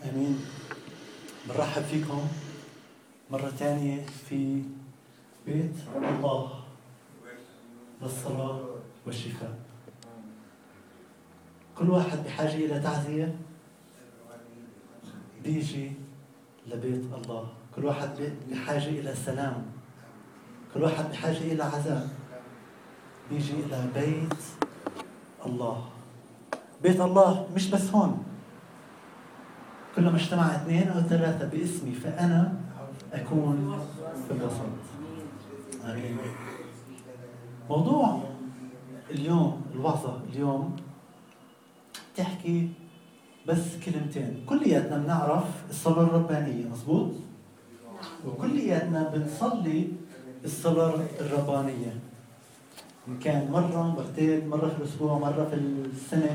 امين. برحب فيكم مرة تانية في بيت الله للصلاة والشفاء. كل واحد بحاجة إلى تعزية بيجي لبيت الله. كل واحد بحاجة إلى سلام. كل واحد بحاجة إلى عزاء بيجي إلى بيت الله. بيت الله مش بس هون، كلما اجتمع 2 أو 3 باسمي فأنا أكون في الوسط. آمين. موضوع اليوم، الوعظة اليوم تحكي بس كلمتين. كلياتنا بنعرف الصلاة الربانية، مظبوط؟ وكلياتنا بنصلي الصلاة الربانية، إن كان مرة، مرتين، مرة في الأسبوع، مرة في السنة.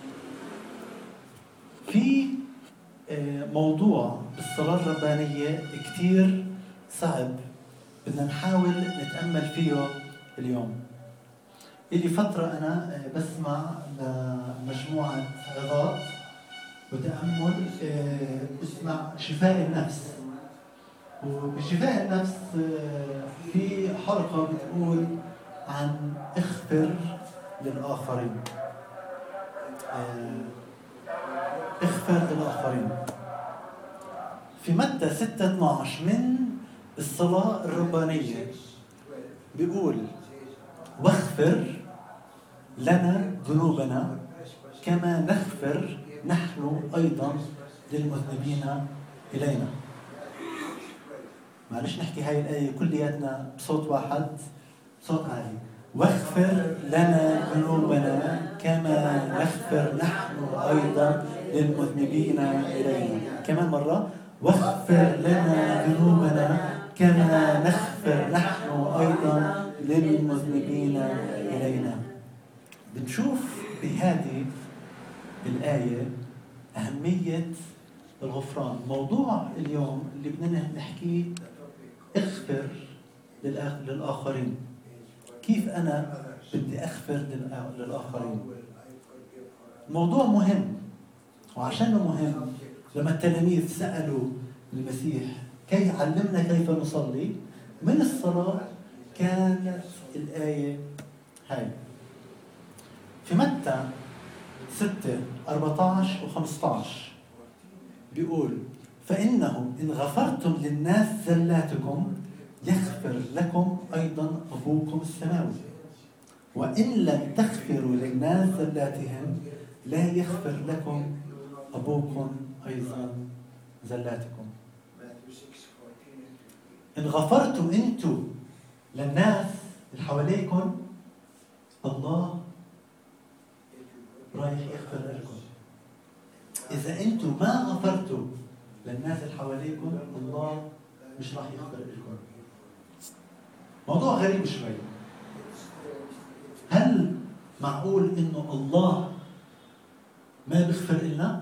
في موضوع بالصلاة الربانية كتير صعب، بدنا نحاول نتأمل فيه اليوم. إلي فترة أنا بسمع لمجموعة عظات وتأمل اسمع شفاء النفس. وبشفاء النفس في حلقة بتقول عن اغفر للآخرين. اغفر للآخرين. في متى 6:12 من الصلاة الربانية بيقول: واغفر لنا ذنوبنا كما نغفر نحن أيضا للمذنبين إلينا. معلش نحكي هاي الآية كلياتنا بصوت واحد، صوت عالي. واغفر لنا ذنوبنا كما نغفر نحن أيضا للمذنبين إلينا. كمان مرة: واغفر لنا ذنوبنا كما نغفر نحن أيضا للمذنبين إلينا. بنشوف بهذه الآية أهمية الغفران. موضوع اليوم اللي بدنا نحكيه اغفر للآخرين. كيف أنا بدي أغفر للآخرين؟ موضوع مهم، وعشانه مهم لما التلاميذ سألوا المسيح كي علمنا كيف نصلي، من الصلاة كانت الآية هاي في متى 6:14 و15 بيقول: فإنه إن غفرتم للناس زلاتكم يغفر لكم أيضا أبوكم السماوي، وإن لم تغفروا للناس زلاتهم لا يغفر لكم أبوكم أيضا زلاتكم. إن غفرتم أنتم للناس اللي حواليكم، الله رايح يغفر لكم. إذا أنتم ما غفرتوا للناس اللي حواليكم، الله مش راح يغفر لكم. موضوع غريب شوي. هل معقول إنه الله ما بيغفر لنا؟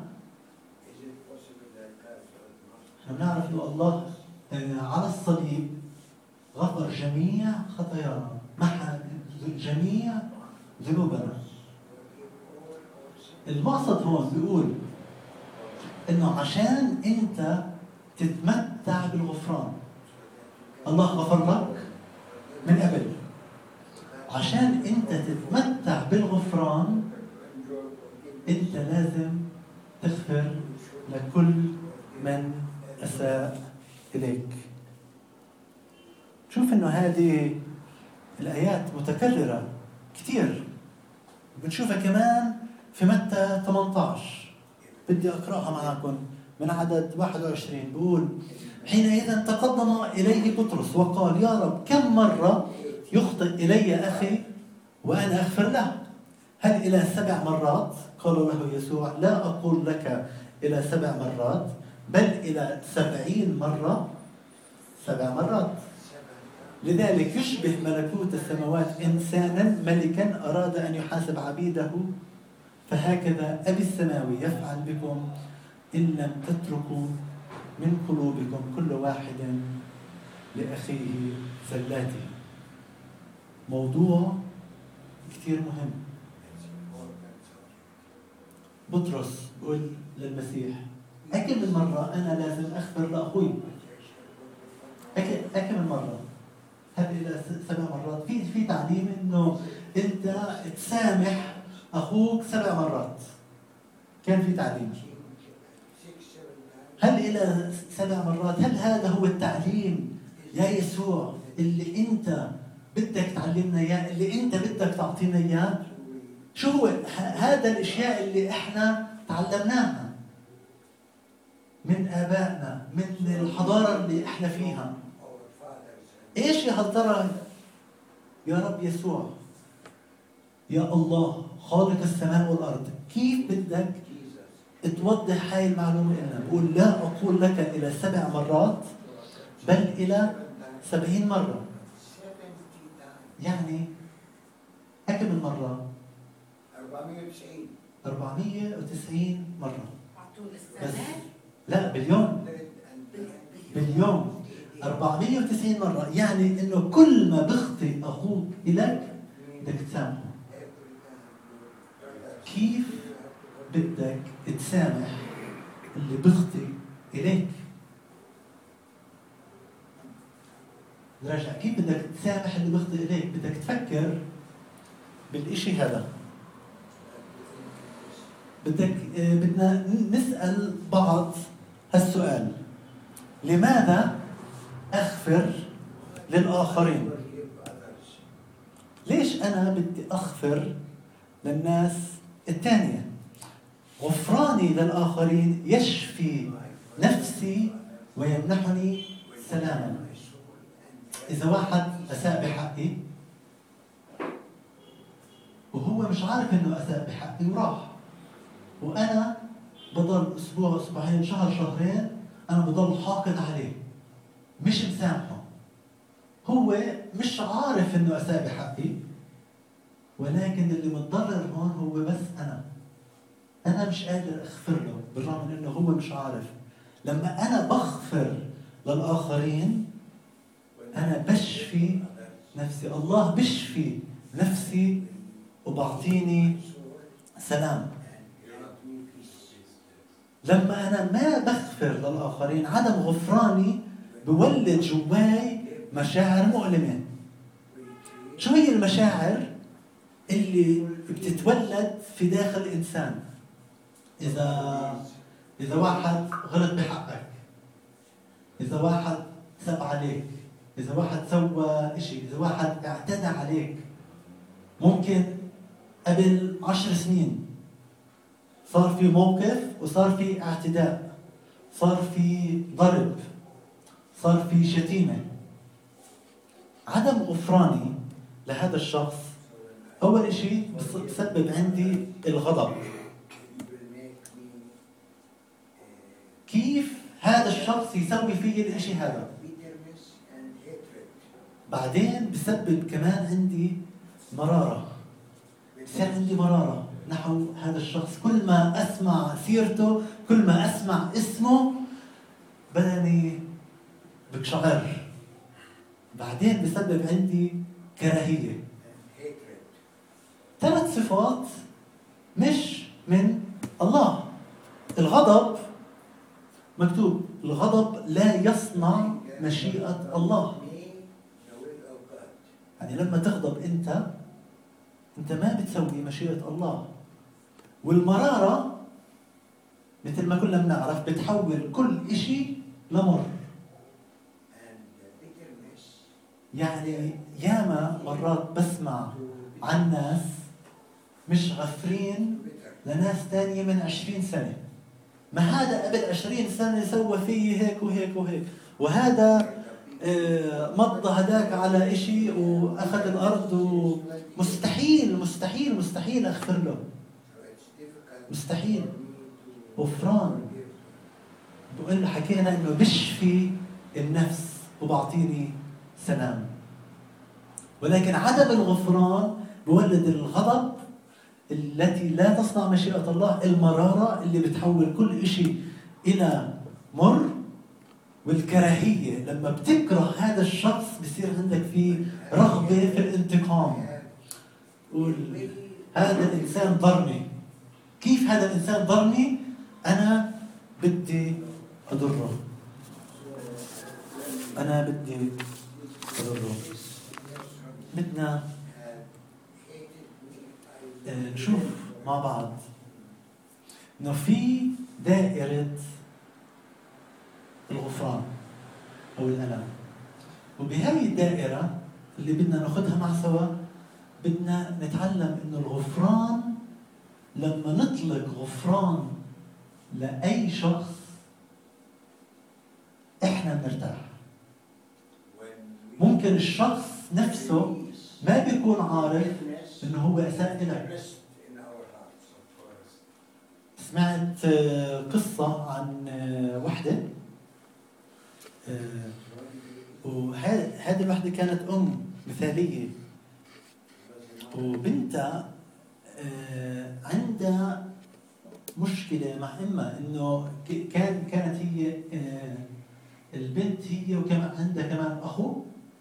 احنا بنعرف إنه الله على الصليب غفر جميع خطايانا، محى جميع ذنوبنا. المقصد هون بيقول إنه عشان أنت تتمتع بالغفران، الله غفر لك من قبل. عشان أنت تتمتع بالغفران أنت لازم تغفر لكل من أساء إليك. شوف إنه هذه الآيات متكررة كتير، بنشوفها كمان في متى 18. بدي أقرأها معكم من عدد 21. بيقول: حينئذ تقدم إليه بطرس وقال: يا رب، كم مرة يخطئ إلي أخي وأنا أغفر له؟ هل إلى 7 مرات؟ قال له يسوع: لا أقول لك إلى 7 مرات، بل إلى 70 مرة 7 مرات. لذلك يشبه ملكوت السماوات إنسانا ملكا أراد أن يحاسب عبيده، فهكذا أبي السماوي يفعل بكم إن لم تتركوا من قلوبكم كل واحد لأخيه زلاته. موضوع كتير مهم. بطرس بيقول للمسيح: أكم من مرة أنا لازم أغفر لأخوي؟ أكم من مرة؟ هل إلى 7 مرات؟ في تعليم إنه أنت تسامح أخوك 7 مرات. كان في تعليم. هل إلى 7 مرات؟ هل هذا هو التعليم يا يسوع اللي أنت بدك تعلمنا إياه، اللي أنت بدك تعطينا إياه؟ شو هو هذا الأشياء اللي إحنا تعلمناها من آبائنا، من الحضارة اللي إحنا فيها؟ إيش يا هل ترى يا رب يسوع يا الله خالق السماء والأرض، كيف بدك توضح هاي المعلومة لنا؟ بقول لا أقول لك إلى 7 مرات بل إلى 70 مرة. يعني كم من مرة؟ 490 مرة. بس لا باليوم 490 مرة. يعني إنه كل ما بخطي أخوك إليك بدك تسامحه. كيف بدك تسامح اللي بخطي إليك؟ نرجع، كيف بدك تسامح اللي بخطي إليك؟ بدك تفكر بالإشي هذا. بدنا نسأل بعض هالسؤال: لماذا أغفر للآخرين؟ ليش أنا بدي أغفر للناس الثانية؟ غفراني للآخرين يشفي نفسي ويمنحني سلاما. إذا واحد أساء بحقي وهو مش عارف إنه أساء بحقي وراح، وأنا بضل أسبوع، أسبوعين، شهر، شهرين أنا بضل حاقد عليه، مش مسامحه. هو مش عارف إنه أساء بحقي، ولكن اللي متضرر هون هو بس أنا مش قادر أغفر له بالرغم من إنه هو مش عارف. لما أنا بغفر للآخرين أنا بشفي نفسي، الله بشفي نفسي وبعطيني سلام. لما أنا ما بغفر للآخرين، عدم غفراني بولد جواي مشاعر مؤلمة. شو هي المشاعر اللي بتتولد في داخل الإنسان؟ إذا واحد غلط بحقك، إذا واحد سب عليك، إذا واحد سوى إشي، إذا واحد اعتدى عليك، ممكن قبل 10 سنين صار في موقف وصار في اعتداء، صار في ضرب، صار في شتيمة. عدم غفراني لهذا الشخص أول إشي بسبب عندي الغضب. كيف هذا الشخص يسوي فيه الإشي هذا؟ بعدين بسبب كمان عندي مرارة. بصير عندي مرارة نحو هذا الشخص. كل ما أسمع سيرته، كل ما أسمع اسمه بدني بقشعر. بعدين بسبب عندي كراهية. 3 صفات مش من الله. الغضب مكتوب الغضب لا يصنع مشيئة الله. يعني لما تغضب أنت ما بتسوي مشيئة الله. والمرارة مثل ما كلنا بنعرف بتحول كل إشي لمر. يعني ياما مرات بسمع عن ناس مش غفرين لناس تانية من 20 سنة. ما هذا قبل 20 سنة سوى فيه هيك وهيك وهيك، وهذا مضى هداك على إشي وأخذ الأرض، ومستحيل مستحيل مستحيل أغفر له. مستحيل. غفران بقول له حكينا إنه بشفي النفس وبعطيني سلام. ولكن عدم الغفران بولد الغضب التي لا تصنع مشيئة الله، المرارة اللي بتحول كل إشي إلى مر، والكراهية لما بتكره هذا الشخص بصير عندك فيه رغبة في الانتقام. قول هذا الإنسان ضرني. كيف هذا الإنسان ضرني؟ أنا بدي تضره، أنا بدي تضره. بدنا نشوف مع بعض إنه في دائرة الغفران أو الألم، وبهذه الدائرة اللي بدنا ناخدها مع سوا بدنا نتعلم إنه الغفران لما نطلق غفران لأي شخص إحنا بنرتاح. ممكن الشخص نفسه ما بيكون عارف إنه هو أساء لك. سمعت قصة عن وحدة، وهذه الوحدة كانت أم مثالية، وبنتها عندها مشكلة مع أمها، إنه كانت هي البنت هي وكمان عندها كمان أخو،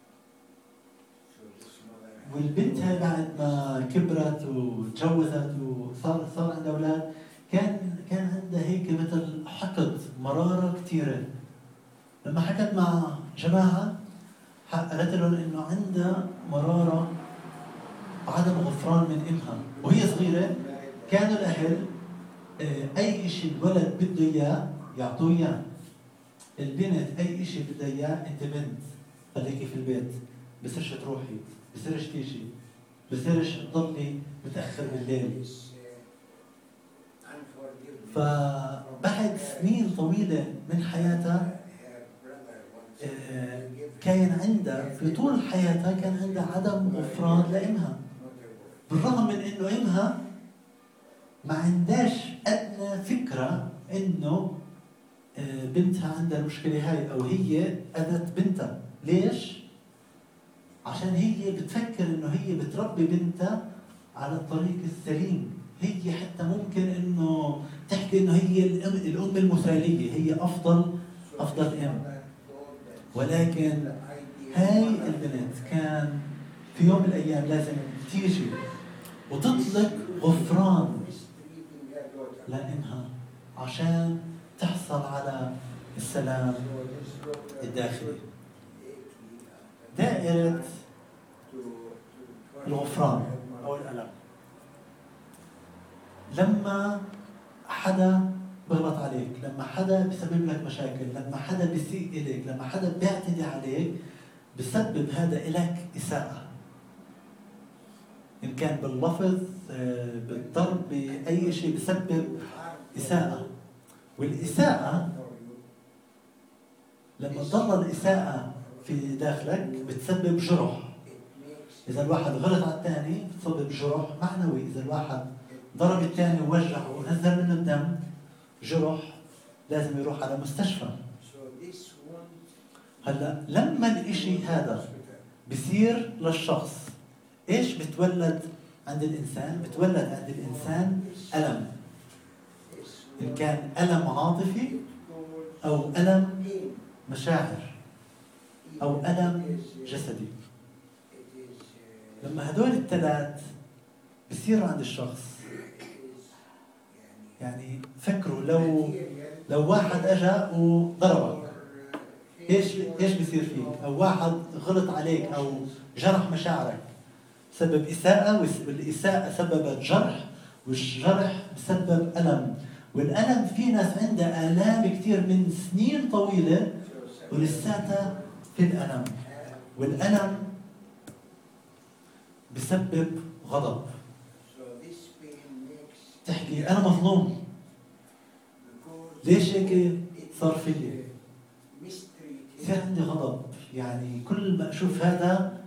والبنت هاي بعد ما كبرت وتجوزت وصار عندها أولاد كان عندها هيك مثل حقد، مرارة كثيرة. لما حكت مع جماعة قالت لهم إنه عندها مرارة وعدم غفران من أمها وهي صغيرة. كانوا الأهل أي شيء الولد بده إياه يعطوه إياه، البنت أي شيء بدها إياه أنت بنت خليكي في البيت، بصيرش تروحي، بصيرش تيجي، بصيرش تضلي متأخر بالليل. فبعد سنين طويلة من حياتها كان عندها في طول حياتها كان عندها عدم غفران لأمها، بالرغم من إنه أمها ما عندهاش أدنى فكرة إنه بنتها عندها المشكلة هاي أو هي أذت بنتها. ليش؟ عشان هي بتفكر إنه هي بتربي بنتها على الطريق السليم. هي حتى ممكن إنه تحكي إنه هي الأم المثالية، هي أفضل أم. ولكن هاي البنت كان في يوم من الأيام لازم تيجي وتطلق غفران لأمها عشان تحصل على السلام الداخلي. دائرة الغفران أو الألم، لما حدا بغلط عليك، لما حدا بسبب لك مشاكل، لما حدا بيسيء إليك، لما حدا بيعتدي عليك، بسبب هذا إلك إساءة، إن كان باللفظ بالضرب بأي شيء، بسبب إساءة. والإساءة لما تضل الإساءة في داخلك بتسبب جرح. إذا الواحد غلط على الثاني بتسبب جرح معنوي، إذا الواحد ضرب الثاني ووجعه ونزل منه الدم جرح لازم يروح على مستشفى. هلا لما الإشي هذا بصير للشخص إيش بتولد عند الإنسان؟ بتولد عند الإنسان ألم، إن كان ألم عاطفي أو ألم مشاعر أو ألم جسدي. لما هدول الثلاث بصيروا عند الشخص، يعني فكروا لو واحد أجا وضربك إيش بيصير فيك؟ أو واحد غلط عليك أو جرح مشاعرك، سبب إساءة، والإساءة سببت جرح، والجرح بسبب ألم، والألم في ناس عندها آلام كتير من سنين طويلة ولساتها في الألم. والألم بسبب غضب، تحكي أنا مظلوم، ليش هيك صار فيي؟ صار عندي غضب، يعني كل ما أشوف هذا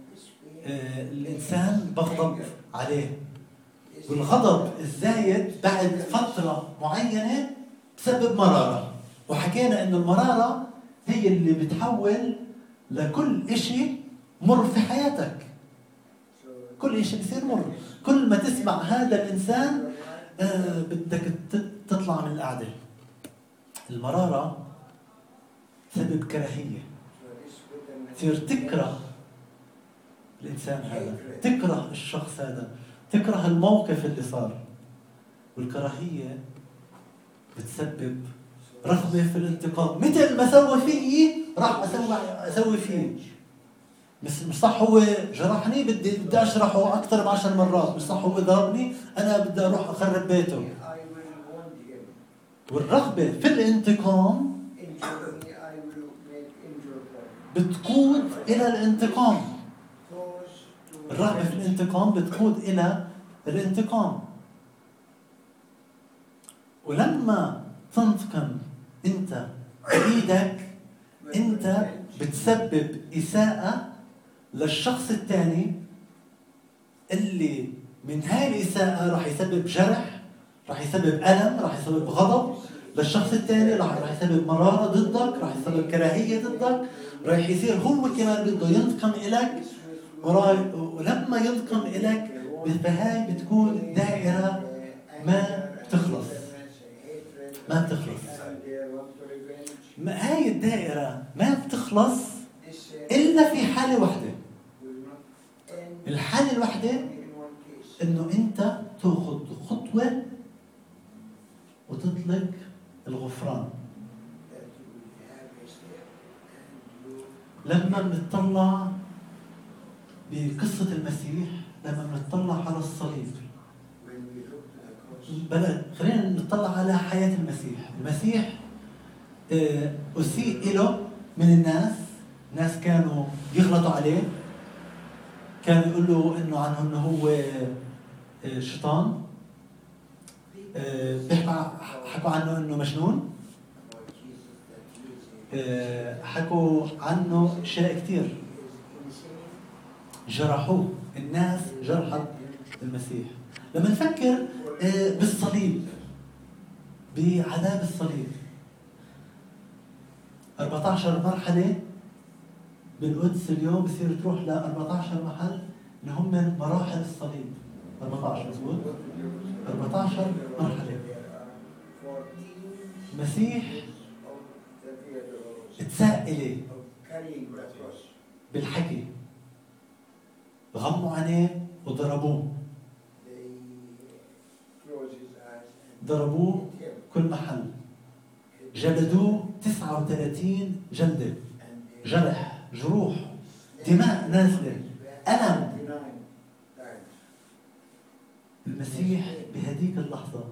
الإنسان بغضب عليه. والغضب الزايد بعد فترة معينة بسبب مرارة، وحكينا إنه المرارة هي اللي بتحول لكل إشي مر في حياتك. كل إشي بيصير مر، كل ما تسمع هذا الإنسان بدك تطلع من القعدة. المرارة سبب كراهية، تصير تكره الإنسان هذا، تكره الشخص هذا، تكره الموقف اللي صار. والكراهية بتسبب رغبة في الانتقام، مثل ما سوى فيي راح أسوي فيه. مش صح هو جرحني بدي أجرحه أكثر ب10 مرات، مش صح هو ضربني أنا بدي أروح أخرب بيته. والرغبة في الانتقام بتقود إلى الانتقام. الرغبة في الانتقام بتقود إلى الانتقام. ولما تنتقم أنت بإيدك أنت بتسبب إساءة للشخص الثاني، اللي من هاي الإساءة راح يسبب جرح، راح يسبب ألم، راح يسبب غضب للشخص الثاني، راح يسبب مرارة ضدك، راح يسبب كراهية ضدك، راح يصير هو كمان بده ينتقم إلك. ولما ينتقم إلك فهاي بتكون دائرة ما بتخلص. هاي الدائرة ما بتخلص إلا في حالة واحدة. الحالة الواحدة إنه أنت تأخذ خطوة وتطلق الغفران. لما بنطلع بقصة المسيح، لما بنطلع على الصليب، خلينا نطلع على حياة المسيح. المسيح أسيء له من الناس. ناس كانوا يغلطوا عليه، كانوا يقولوا إنه عنه إنه هو شيطان، حكوا عنه إنه مجنون، حكوا عنه أشياء كتير، جرحوه. الناس جرحت المسيح. لما نفكر بالصليب، بعذاب الصليب، 14 مرحلة بالقدس اليوم بصير تروح ل 14 محل اللي هم مراحل الصليب. 14 مزبوط؟ 14 مرحلة. المسيح اتساء إليه بالحكي، غموا عينيه وضربوه، ضربوه كل محل، جلدوه 39 جلدة، جرح، جروح، دماء نازلة، ألم. المسيح بهديك اللحظة،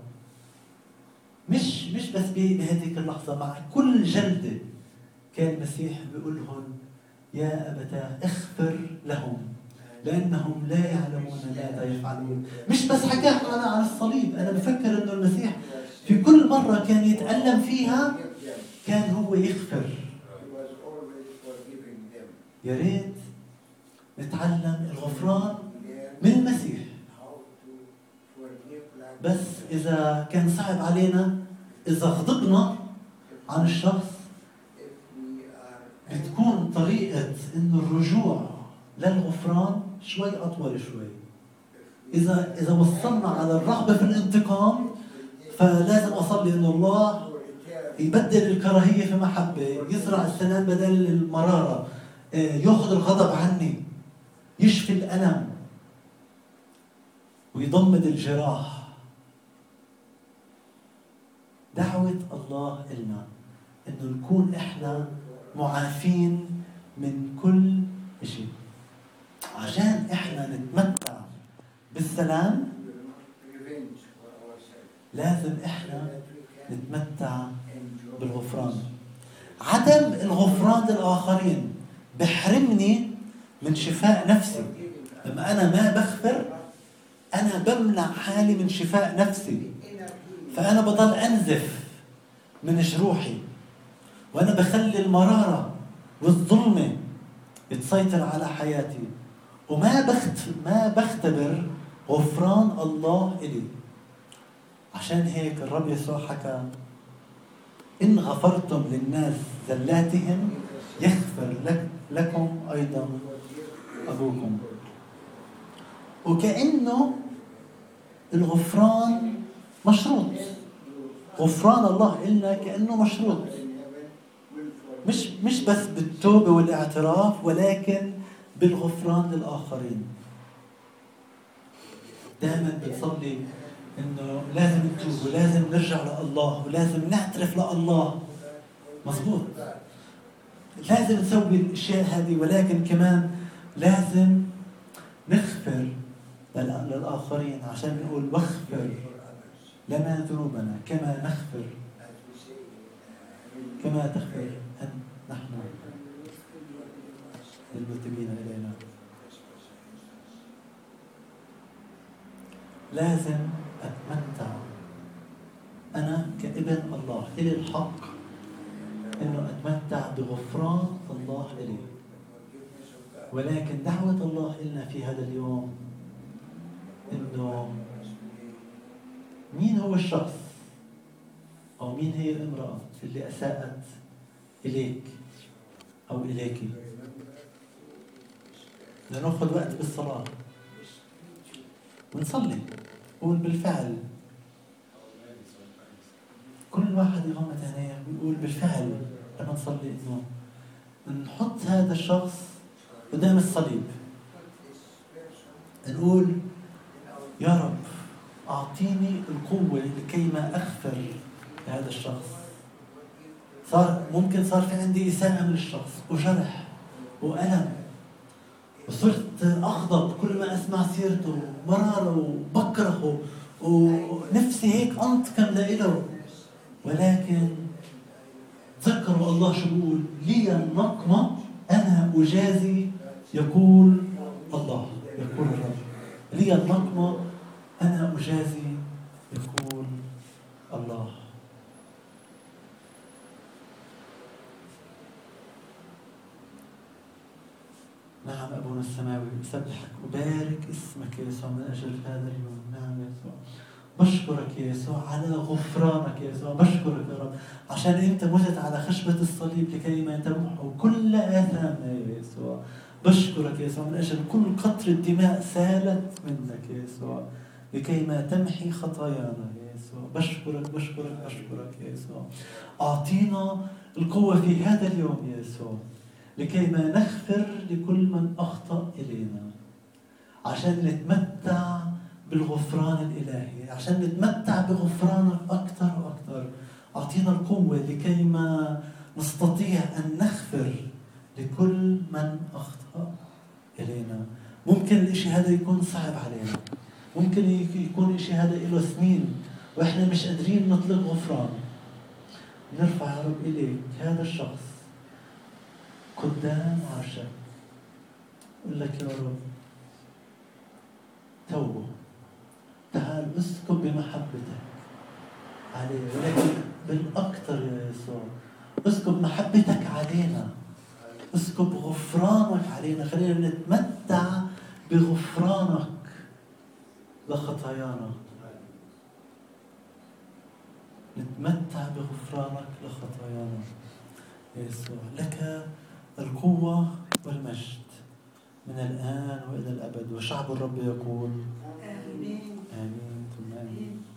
مش بس بهديك اللحظة، مع كل جلدة كان المسيح بيقول لهم يا أبتاه اغفر لهم لأنهم لا يعلمون ماذا يفعلون. مش بس حكاه أنا عن الصليب، أنا بفكر إنه المسيح في كل مرة كان يتألم فيها كان هو يغفر. يا ريت نتعلم الغفران من المسيح. بس إذا كان صعب علينا، إذا غضبنا عن الشخص، بتكون طريقة إنه الرجوع للغفران شوي أطول شوي. إذا وصلنا على الرغبة في الانتقام، فلازم أصلي إنه الله يبدل الكراهية في محبة، يزرع السلام بدل المرارة، يأخذ الغضب عني، يشفي الألم ويضمد الجراح. دعوة الله إلنا إنه نكون إحنا معافين من كل شيء، عشان إحنا نتمتع بالسلام. لازم إحنا نتمتع بالغفران. عدم الغفران للآخرين بحرمني من شفاء نفسي. لما أنا ما بغفر، أنا بمنع حالي من شفاء نفسي، فأنا بضل أنزف من جروحي، وأنا بخلي المرارة والظلمة تسيطر على حياتي، وما بختبر غفران الله إلي. عشان هيك الرب يسوع حكى إن غفرتم للناس زلاتهم يغفر لكم أيضا أبوكم. وكأنه الغفران مشروط. غفران الله إلنا كأنه مشروط، مش بس بالتوبة والاعتراف، ولكن بالغفران للآخرين. دائما بنصلي إنه لازم نتوب ولازم نرجع لله ولازم نعترف لله. مظبوط، لازم نسوي الأشياء هذه، ولكن كمان لازم نغفر للآخرين عشان نقول واغفر لنا ذنوبنا كما تغفر أنت نحن للمذنبين إلينا. لازم أتمتع أنا كابن الله إلي الحق إنه أتمتع بغفران الله إلي. ولكن دعوة الله إلنا في هذا اليوم إنه مين هو الشخص أو مين هي الامرأة اللي أساءت إليك أو إليكي. نأخذ وقت بالصلاة ونصلي، قول بالفعل، كل واحد يغمض عينيه ويقول بالفعل لما نصلي إنه نحط هذا الشخص قدام الصليب، نقول يا رب أعطيني القوة لكي ما أغفر لهذا الشخص. ممكن صار في عندي إساءة من الشخص وجرح وألم، وصرت أغضب كل ما أسمع سيرته، مرارة وبكرهه ونفسي هيك أنتقم له. ولكن تذكروا الله شو بيقول، لي النقمة أنا أجازي، يقول الله، يقول الرب، لي النقمة أنا أجازي، يقول الله. نعم أبونا السماوي، أسبحك وبارك اسمك يا يسوع من أجل هذا اليوم. نعم يا يسوع، بشكرك يا يسوع على غفرانك يا يسوع. بشكرك يا رب عشان أنت متت على خشبة الصليب لكي ما تمحو كل آثامنا يا يسوع. بشكرك يا يسوع من أجل كل قطرة دماء سالت منك يا يسوع لكي ما تمحي خطايانا يا يسوع. بشكرك بشكرك بشكرك يا يسوع. أعطينا القوة في هذا اليوم يا يسوع لكي ما نغفر لكل من أخطأ إلينا، عشان نتمتع بالغفران الإلهي، عشان نتمتع بغفرانك أكثر وأكثر. أعطينا القوة لكي ما نستطيع أن نغفر لكل من أخطأ إلينا. ممكن الإشي هذا يكون صعب علينا، ممكن يكون الإشي هذا له سنين وإحنا مش قادرين نطلق غفران. نرفع يا رب إليك هذا الشخص قدام عرشك، أقول لك يا رب توبه، تعال اسكب بمحبتك عليه، ولكن بالأكثر يا يسوع اسكب محبتك علينا، اسكب غفرانك علينا. خلينا نتمتع بغفرانك لخطايانا، نتمتع بغفرانك لخطايانا يا يسوع. لك القوة والمجد من الآن وإلى الأبد. وشعب الرب يقول آمين. آمين ثم آمين.